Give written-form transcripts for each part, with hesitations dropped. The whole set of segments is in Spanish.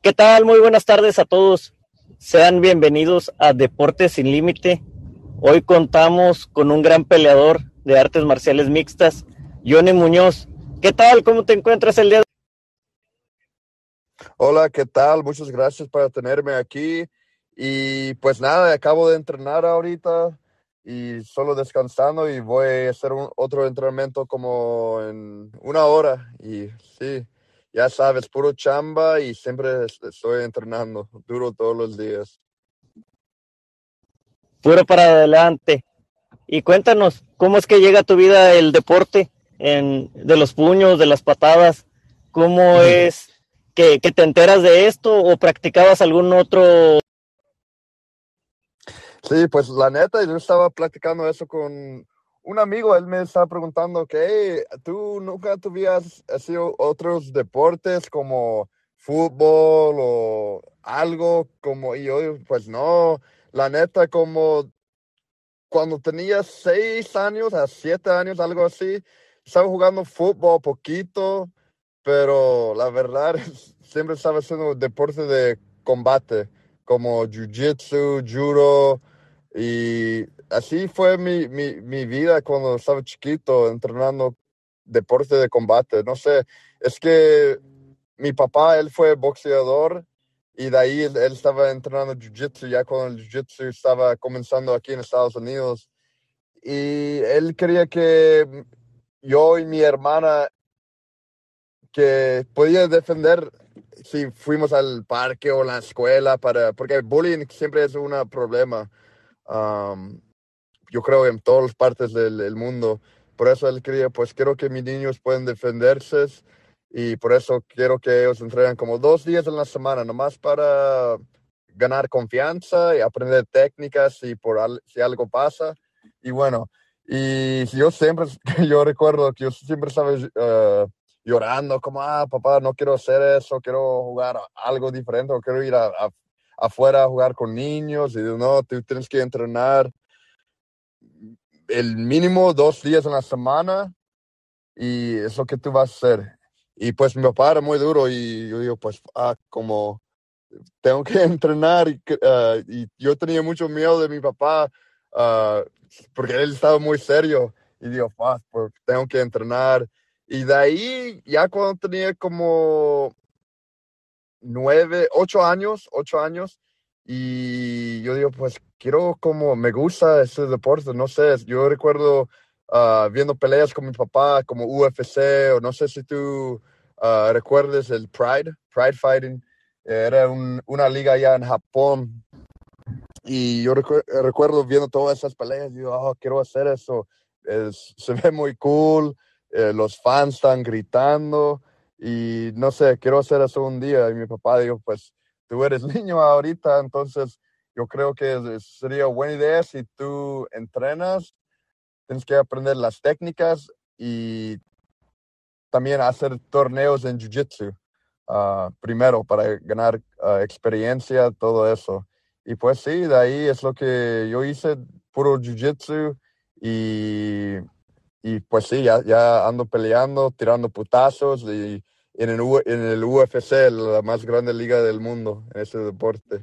¿Qué tal? Muy buenas tardes a todos. Sean bienvenidos a Deportes sin Límite. Hoy contamos con un gran peleador de artes marciales mixtas, Johnny Muñoz. ¿Qué tal? ¿Cómo te encuentras el día de hoy? Hola, ¿qué tal? Muchas gracias por tenerme aquí. Y pues nada, acabo de entrenar ahorita y solo descansando y voy a hacer otro entrenamiento como en una hora. Y sí, ya sabes, puro chamba y siempre estoy entrenando duro todos los días. Puro para adelante. Y cuéntanos, ¿cómo es que llega a tu vida el deporte de los puños, de las patadas? ¿Cómo es que te enteras de esto o practicabas algún otro? Sí, pues la neta, yo estaba platicando eso con un amigo. Él me estaba preguntando que, hey, ¿tú nunca tuvieras así otros deportes como fútbol o algo como? Y yo, pues no, la neta, como cuando tenía 6 años a 7 años, algo así, estaba jugando fútbol poquito, pero la verdad siempre estaba haciendo deporte de combate, como jiu-jitsu, judo, y así fue mi vida cuando estaba chiquito, entrenando deporte de combate. No sé, es que mi papá, él fue boxeador y de ahí él estaba entrenando jiu-jitsu ya cuando el jiu-jitsu estaba comenzando aquí en Estados Unidos. Y él quería que yo y mi hermana que podía defender si fuimos al parque o la escuela porque el bullying siempre es un problema. um, yo creo en todas las partes del mundo. Por eso él quería, pues quiero que mis niños puedan defenderse y por eso quiero que ellos entrenen como 2 días en la semana, nomás para ganar confianza y aprender técnicas si algo pasa. Y bueno, y yo siempre, yo recuerdo que yo siempre estaba llorando como, papá, no quiero hacer eso, quiero jugar algo diferente o quiero ir afuera a jugar con niños y no, tú tienes que entrenar el mínimo 2 días en la semana y es lo que tú vas a hacer. Y pues mi papá era muy duro y yo digo, pues, como tengo que entrenar y yo tenía mucho miedo de mi papá ah, porque él estaba muy serio y digo, pues tengo que entrenar. Y de ahí, ya cuando tenía como 8 años, y yo digo, pues quiero como, me gusta ese deporte, no sé, yo recuerdo viendo peleas con mi papá como UFC o no sé si tú recuerdes el Pride Fighting, era una liga allá en Japón y yo recuerdo viendo todas esas peleas y digo, quiero hacer eso, se ve muy cool, los fans están gritando y no sé, quiero hacer eso un día. Y mi papá dijo, pues tú eres niño ahorita, entonces yo creo que sería buena idea si tú entrenas, tienes que aprender las técnicas y también hacer torneos en Jiu-Jitsu primero para ganar experiencia, todo eso. Y pues sí, de ahí es lo que yo hice, puro Jiu-Jitsu y, y pues sí, ya ando peleando, tirando putazos y en el UFC, la más grande liga del mundo en ese deporte.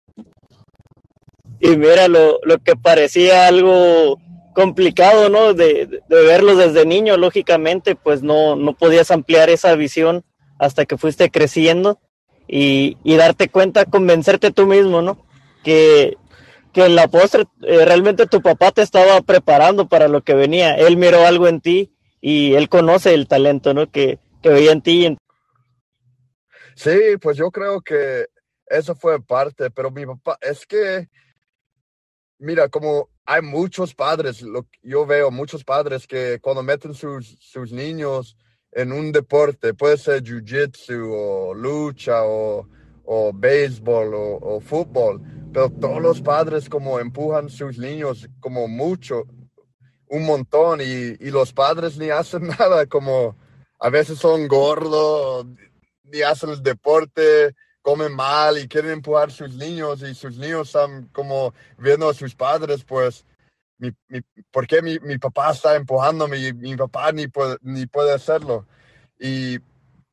Y mira, lo que parecía algo complicado, ¿no? De verlos desde niño, lógicamente, pues no podías ampliar esa visión hasta que fuiste creciendo y darte cuenta, convencerte tú mismo, ¿no? Que, que en la postre realmente tu papá te estaba preparando para lo que venía. Él miró algo en ti y él conoce el talento, ¿no? Que veía en ti. Sí, pues yo creo que eso fue parte, pero mi papá, es que mira, como hay muchos padres, yo veo muchos padres que cuando meten sus niños en un deporte, puede ser jiu-jitsu o lucha o béisbol o fútbol, pero todos los padres como empujan sus niños como mucho, un montón y los padres ni hacen nada, como a veces son gordos, ni hacen el deporte, comen mal y quieren empujar a sus niños y sus niños están como viendo a sus padres, pues, mi, mi, ¿por qué mi papá está empujándome y mi papá ni puede hacerlo? Y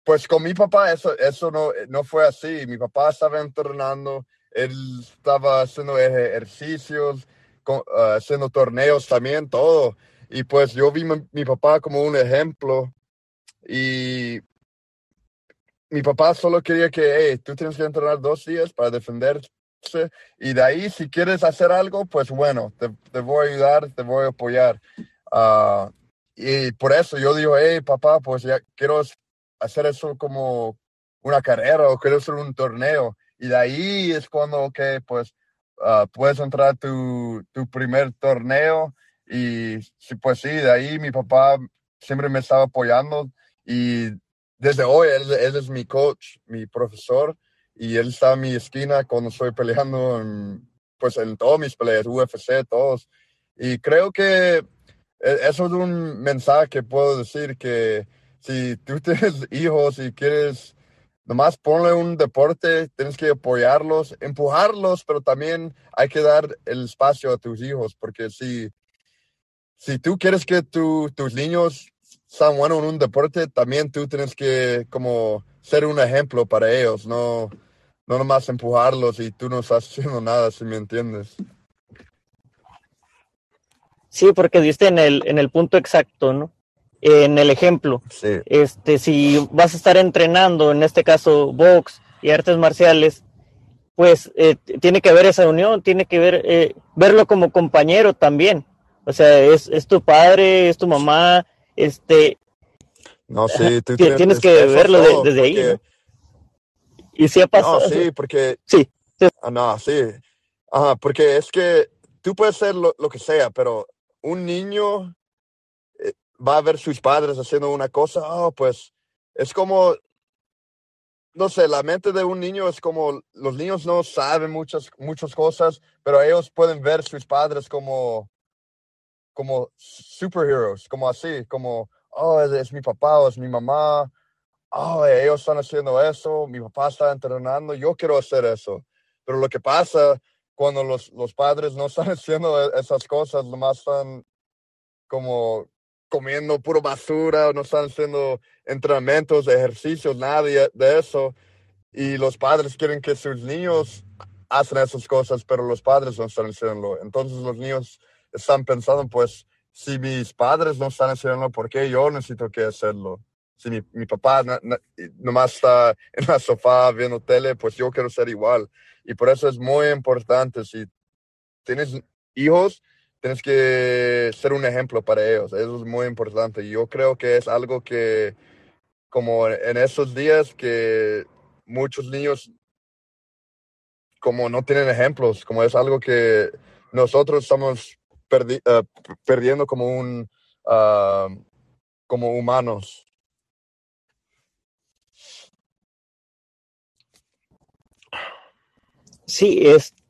Pues con mi papá eso no fue así. Mi papá estaba entrenando, él estaba haciendo ejercicios, haciendo torneos también, todo. Y pues yo vi mi papá como un ejemplo y mi papá solo quería que, hey, tú tienes que entrenar 2 días para defenderse y de ahí si quieres hacer algo, pues bueno, te voy a ayudar, te voy a apoyar. Ah, y por eso yo digo, hey, papá, pues ya quiero hacer eso como una carrera o quiero hacer un torneo. Y de ahí es cuando, ok, pues puedes entrar a tu primer torneo. Y sí, pues sí, de ahí mi papá siempre me estaba apoyando y desde hoy él es mi coach, mi profesor, y él está a mi esquina cuando estoy peleando pues en todas mis peleas, UFC, todos. Y creo que eso es un mensaje que puedo decir que si tú tienes hijos y quieres nomás ponle un deporte, tienes que apoyarlos, empujarlos, pero también hay que dar el espacio a tus hijos, porque si tú quieres que tus niños sean buenos en un deporte, también tú tienes que como ser un ejemplo para ellos, no nomás empujarlos y tú no estás haciendo nada, si me entiendes. Sí, porque diste en el punto exacto, ¿no? En el ejemplo. Sí, Si vas a estar entrenando, en este caso box y artes marciales, pues tiene que haber esa unión, tiene que verlo como compañero también. O sea, es tu padre, es tu mamá, no, sí, tienes que eso es verlo todo, desde ahí, ¿no? porque, Y si ha no, pasado, sí, porque, sí, no, sí, ajá, porque es que tú puedes ser lo que sea, pero un niño va a ver sus padres haciendo una cosa, oh, pues es como, no sé, la mente de un niño es como, los niños no saben muchas cosas, pero ellos pueden ver sus padres como superheroes, como así, como, oh, es mi papá o es mi mamá, oh, ellos están haciendo eso, mi papá está entrenando, yo quiero hacer eso. Pero lo que pasa cuando los padres no están haciendo esas cosas, nomás están como comiendo puro basura, no están haciendo entrenamientos, ejercicios, nada de eso. Y los padres quieren que sus niños hacen esas cosas, pero los padres no están haciéndolo. Entonces los niños están pensando, pues, si mis padres no están haciéndolo, ¿por qué yo necesito que hacerlo? Si mi papá nomás está en la sofá viendo tele, pues yo quiero ser igual. Y por eso es muy importante, si tienes hijos, tienes que ser un ejemplo para ellos. Eso es muy importante. Y yo creo que es algo que, como en esos días que muchos niños como no tienen ejemplos, como es algo que nosotros estamos perdiendo ah, como humanos. sí,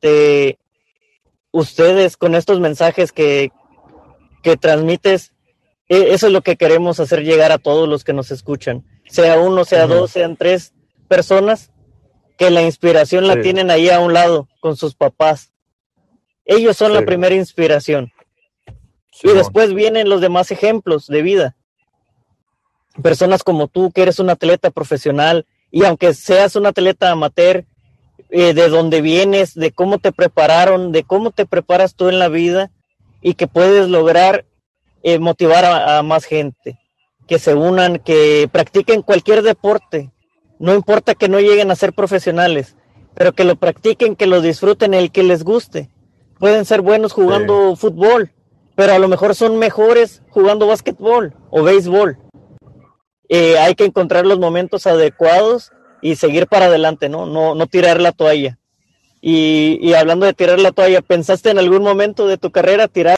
ustedes con estos mensajes que transmites, eso es lo que queremos hacer llegar a todos los que nos escuchan, sea uno, sea Ujú. dos, sean tres personas, que la inspiración la Sí, tienen ahí a un lado con sus papás. Ellos son sí, la primera inspiración y Simón. después vienen los demás ejemplos de vida. Personas como tú, que eres un atleta profesional y aunque seas un atleta amateur, de dónde vienes, de cómo te prepararon, de cómo te preparas tú en la vida y que puedes lograr motivar a más gente, que se unan, que practiquen cualquier deporte, no importa que no lleguen a ser profesionales, pero que lo practiquen, que lo disfruten, el que les guste. Pueden ser buenos Sí. jugando fútbol, pero a lo mejor son mejores jugando básquetbol o béisbol. Hay que encontrar los momentos adecuados y seguir para adelante, ¿no? No tirar la toalla. Y hablando de tirar la toalla, ¿pensaste en algún momento de tu carrera tirar?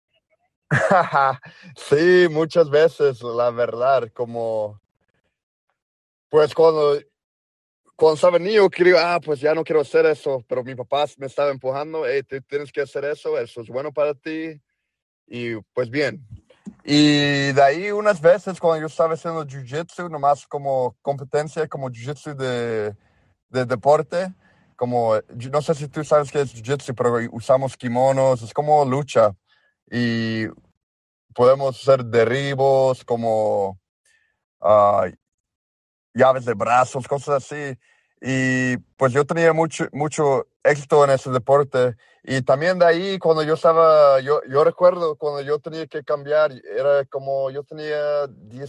Sí, muchas veces, la verdad, como, pues cuando estaba niño, quería, pues ya no quiero hacer eso, pero mi papá me estaba empujando, hey, tienes que hacer eso es bueno para ti, y pues bien. Y de ahí unas veces cuando yo estaba haciendo jiu-jitsu, nomás como competencia, como jiu-jitsu de deporte, como, no sé si tú sabes qué es jiu-jitsu, pero usamos kimonos, es como lucha. Y podemos hacer derribos, como, ah, llaves de brazos, cosas así. Y pues yo tenía mucho éxito en ese deporte. Y también de ahí, cuando yo recuerdo cuando yo tenía que cambiar, era como yo tenía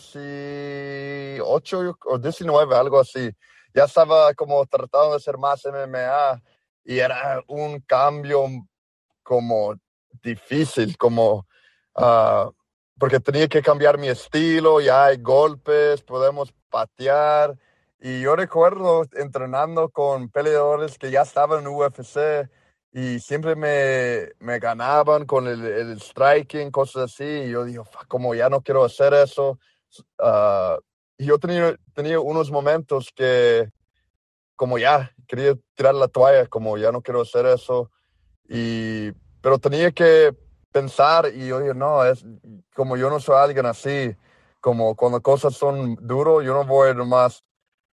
18 o 19, algo así. Ya estaba como tratando de hacer más MMA y era un cambio como difícil, como ah, porque tenía que cambiar mi estilo, ya hay golpes, podemos patear. Y yo recuerdo entrenando con peleadores que ya estaban en UFC y siempre me ganaban con el striking, cosas así. Y yo digo, como ya no quiero hacer eso. Ah, y yo tenía unos momentos que como ya quería tirar la toalla, como ya no quiero hacer eso. Y, pero tenía que pensar y yo dije, no, es como yo no soy alguien así, como cuando cosas son duros, yo no voy nomás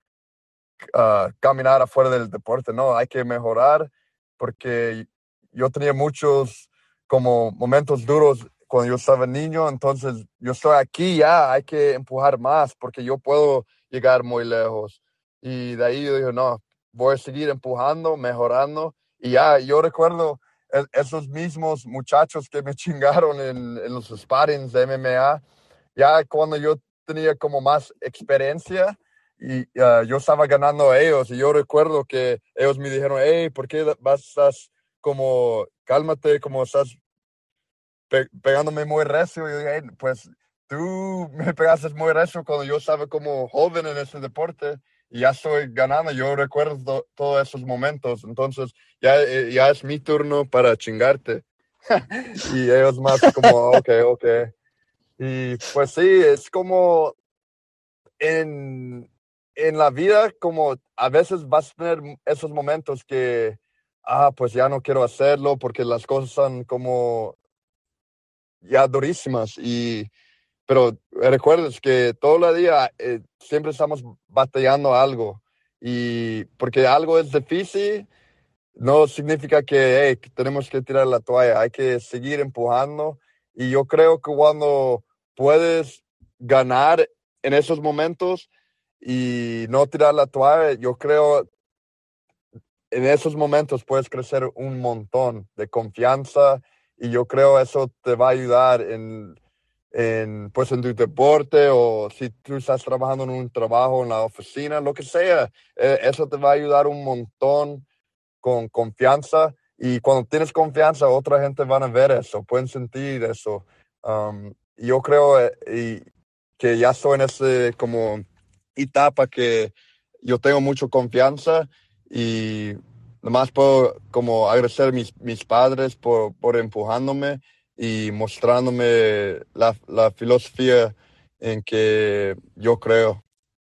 a caminar afuera del deporte, no, hay que mejorar porque yo tenía muchos como momentos duros cuando yo estaba niño, entonces yo estoy aquí ya, hay que empujar más porque yo puedo llegar muy lejos. Y de ahí yo dije, no, voy a seguir empujando, mejorando. Y ya, yo recuerdo esos mismos muchachos que me chingaron en los sparrings de MMA, ya cuando yo tenía como más experiencia y yo estaba ganando a ellos y yo recuerdo que ellos me dijeron, hey, ¿por qué estás como, cálmate, como estás pegándome muy recio? Y yo dije, "Hey, pues tú me pegaste muy recio cuando yo estaba como joven en ese deporte y ya estoy ganando, yo recuerdo todos esos momentos, entonces ya es mi turno para chingarte." Y ellos más como, ok, ok. Y pues sí, es como en, en la vida, como a veces vas a tener esos momentos que, pues ya no quiero hacerlo porque las cosas son como ya durísimas. Pero recuerdes que todo el día siempre estamos batallando algo. Y porque algo es difícil, no significa que hey, que tenemos que tirar la toalla, hay que seguir empujando. Y yo creo que cuando puedes ganar en esos momentos y no tirar la toalla, yo creo en esos momentos puedes crecer un montón de confianza y yo creo eso te va a ayudar pues en tu deporte o si tú estás trabajando en un trabajo en la oficina, lo que sea, eso te va a ayudar un montón con confianza y cuando tienes confianza otra gente van a ver eso, pueden sentir eso. Y yo creo que ya estoy en ese como etapa que yo tengo mucha confianza y nomás puedo como agradecer a mis padres por empujándome y mostrándome la filosofía en que yo creo.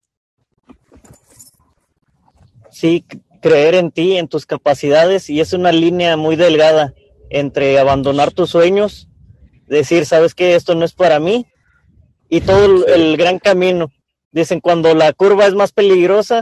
Sí, creer en ti, en tus capacidades, y es una línea muy delgada entre abandonar tus sueños, decir, sabes que esto no es para mí, y todo Sí. el gran camino. Dicen, cuando la curva es más peligrosa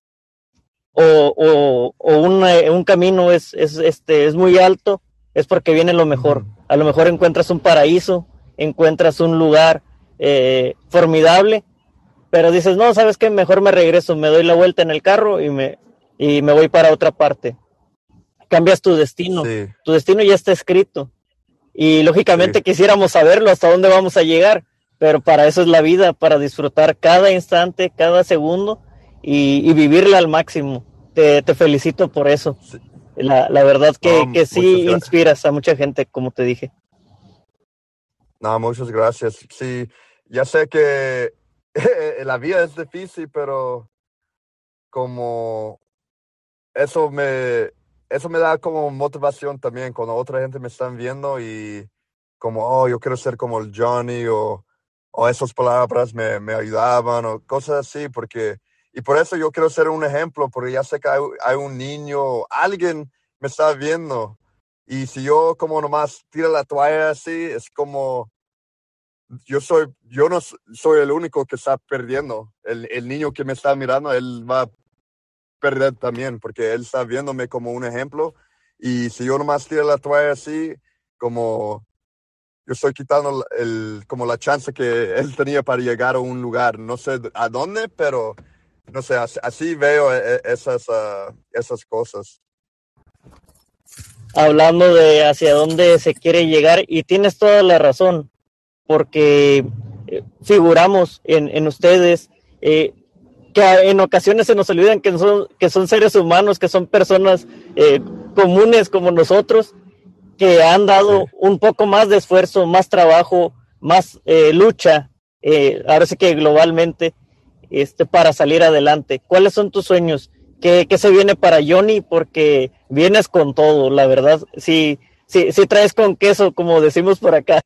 un camino es muy alto, es porque viene lo mejor. Ujú. A lo mejor encuentras un paraíso, encuentras un lugar formidable, pero dices, no, ¿sabes qué? Mejor me regreso, me doy la vuelta en el carro y me voy para otra parte. Cambias Sí, tu destino ya está escrito. Y sí. lógicamente quisiéramos saberlo, hasta dónde vamos a llegar, pero para eso es la vida, para disfrutar cada instante, cada segundo y vivirla al máximo. Te felicito por eso. Sí. La verdad No, que muchas sí gracias. inspiras a mucha gente, como te dije. No, muchas gracias. Sí, ya sé que la vida es difícil, pero como eso me, eso me da como motivación también cuando otra gente me están viendo y como, oh, yo quiero ser como el Johnny o esas palabras me ayudaban o cosas así, y por eso yo quiero ser un ejemplo, porque ya sé que hay un niño, alguien me está viendo y si yo como nomás tiro la toalla así, es como yo no soy el único que está perdiendo. El niño que me está mirando, él va a perder también, porque él está viéndome como un ejemplo. Y si yo nomás tiro la toalla así, como yo estoy quitando como la chance que él tenía para llegar a un lugar. No sé a dónde, pero no sé, así veo esas cosas. Hablando de hacia dónde se quiere llegar, y tienes toda la razón, porque figuramos en ustedes, que en ocasiones se nos olvidan que son seres humanos, que son personas comunes como nosotros, que han Sí. dado un poco más de esfuerzo, más trabajo, más lucha, ahora sí que globalmente, para salir adelante. ¿Cuáles son tus sueños? ¿Qué se viene para Johnny? Porque vienes con todo, la verdad. Sí, sí, sí traes con queso, como decimos por acá.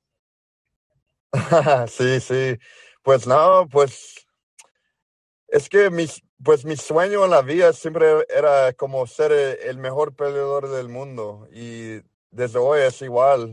Sí, sí. Pues no, pues es que pues mi sueño en la vida siempre era como ser el mejor peleador del mundo y desde hoy es igual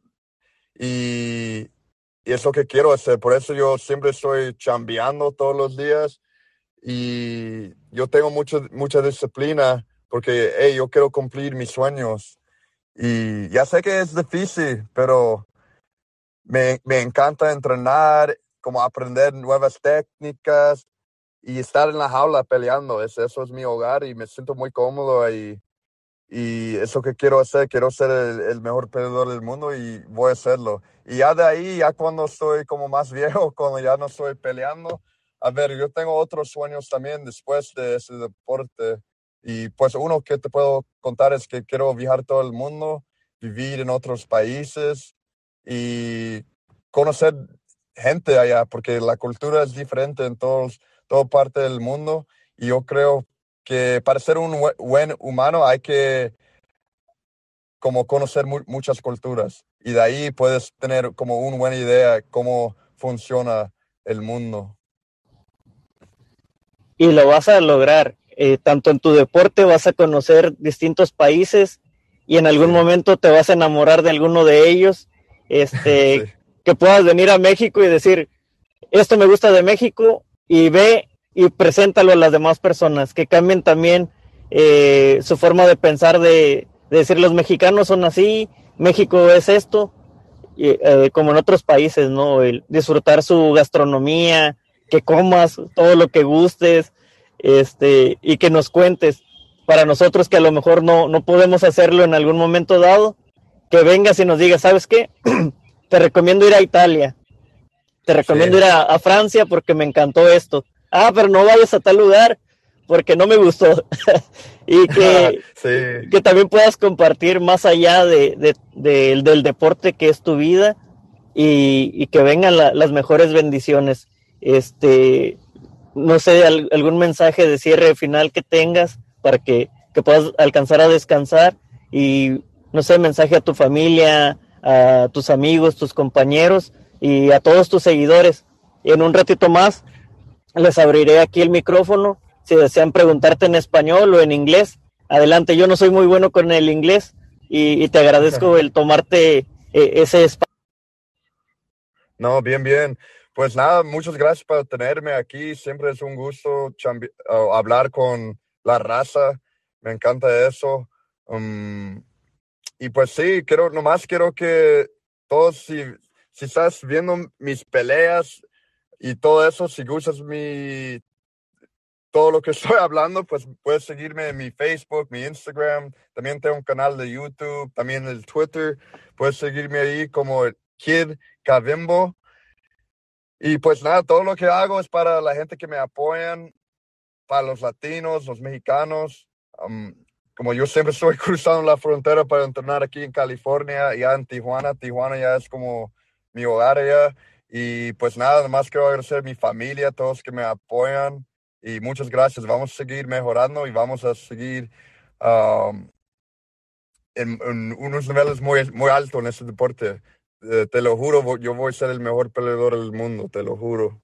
y, y es lo que quiero hacer. Por eso yo siempre estoy chambeando todos los días y yo tengo mucha disciplina porque hey, yo quiero cumplir mis sueños y ya sé que es difícil, pero me encanta entrenar, como aprender nuevas técnicas y estar en la jaula peleando. Eso es mi hogar y me siento muy cómodo ahí. Y eso que quiero hacer, quiero ser el mejor peleador del mundo y voy a hacerlo. Y ya de ahí, ya cuando estoy como más viejo, cuando ya no estoy peleando, a ver, yo tengo otros sueños también después de ese deporte. Y pues uno que te puedo contar es que quiero viajar todo el mundo, vivir en otros países y conocer gente allá, porque la cultura es diferente en toda parte del mundo. Y yo creo que para ser un buen humano hay que como conocer muchas culturas y de ahí puedes tener como una buena idea de cómo funciona el mundo. Y lo vas a lograr. Tanto en tu deporte vas a conocer distintos países y en algún Sí, momento te vas a enamorar de alguno de ellos. sí, Que puedas venir a México y decir, esto me gusta de México, y ve y preséntalo a las demás personas, que cambien también su forma de pensar, de decir los mexicanos son así, México es esto, y, como en otros países, ¿no? El disfrutar su gastronomía, que comas todo lo que gustes, y que nos cuentes. Para nosotros que a lo mejor no podemos hacerlo en algún momento dado, que vengas y nos digas, ¿sabes qué? Te recomiendo ir a Italia, te sí, recomiendo ir a Francia porque me encantó esto. Ah, pero no vayas a tal lugar porque no me gustó. Y sí. que también puedas compartir más allá del deporte que es tu vida, y que vengan las mejores bendiciones. No sé, algún mensaje de cierre final que tengas para que puedas alcanzar a descansar, y no sé, mensaje a tu familia, a tus amigos, tus compañeros y a todos tus seguidores. Y en un ratito más les abriré aquí el micrófono si desean preguntarte en español o en inglés. Adelante, yo no soy muy bueno con el inglés, y te agradezco el tomarte ese espacio. No, bien, bien. Pues nada, muchas gracias por tenerme aquí. Siempre es un gusto hablar con la raza. Me encanta eso. Y pues sí, nomás quiero que todos, si estás viendo mis peleas y todo eso, si gustas todo lo que estoy hablando, pues puedes seguirme en mi Facebook, mi Instagram. También tengo un canal de YouTube, también el Twitter. Puedes seguirme ahí como el Kid Kavimbo. Y pues nada, todo lo que hago es para la gente que me apoyan, para los latinos, los mexicanos. Como yo siempre estoy cruzando la frontera para entrenar aquí en California, ya en Tijuana. Tijuana ya es como mi hogar allá. Y pues nada, además quiero agradecer a mi familia, a todos que me apoyan. Y muchas gracias. Vamos a seguir mejorando y vamos a seguir um, en unos niveles muy altos en este deporte. Te lo juro, yo voy a ser el mejor peleador del mundo, te lo juro.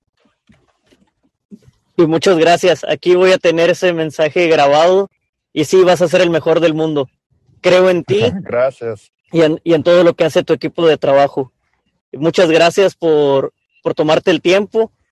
Y muchas gracias. Aquí voy a tener ese mensaje grabado, y sí, vas a ser el mejor del mundo. Creo en ti Gracias. y en todo lo que hace tu equipo de trabajo. Muchas gracias por tomarte el tiempo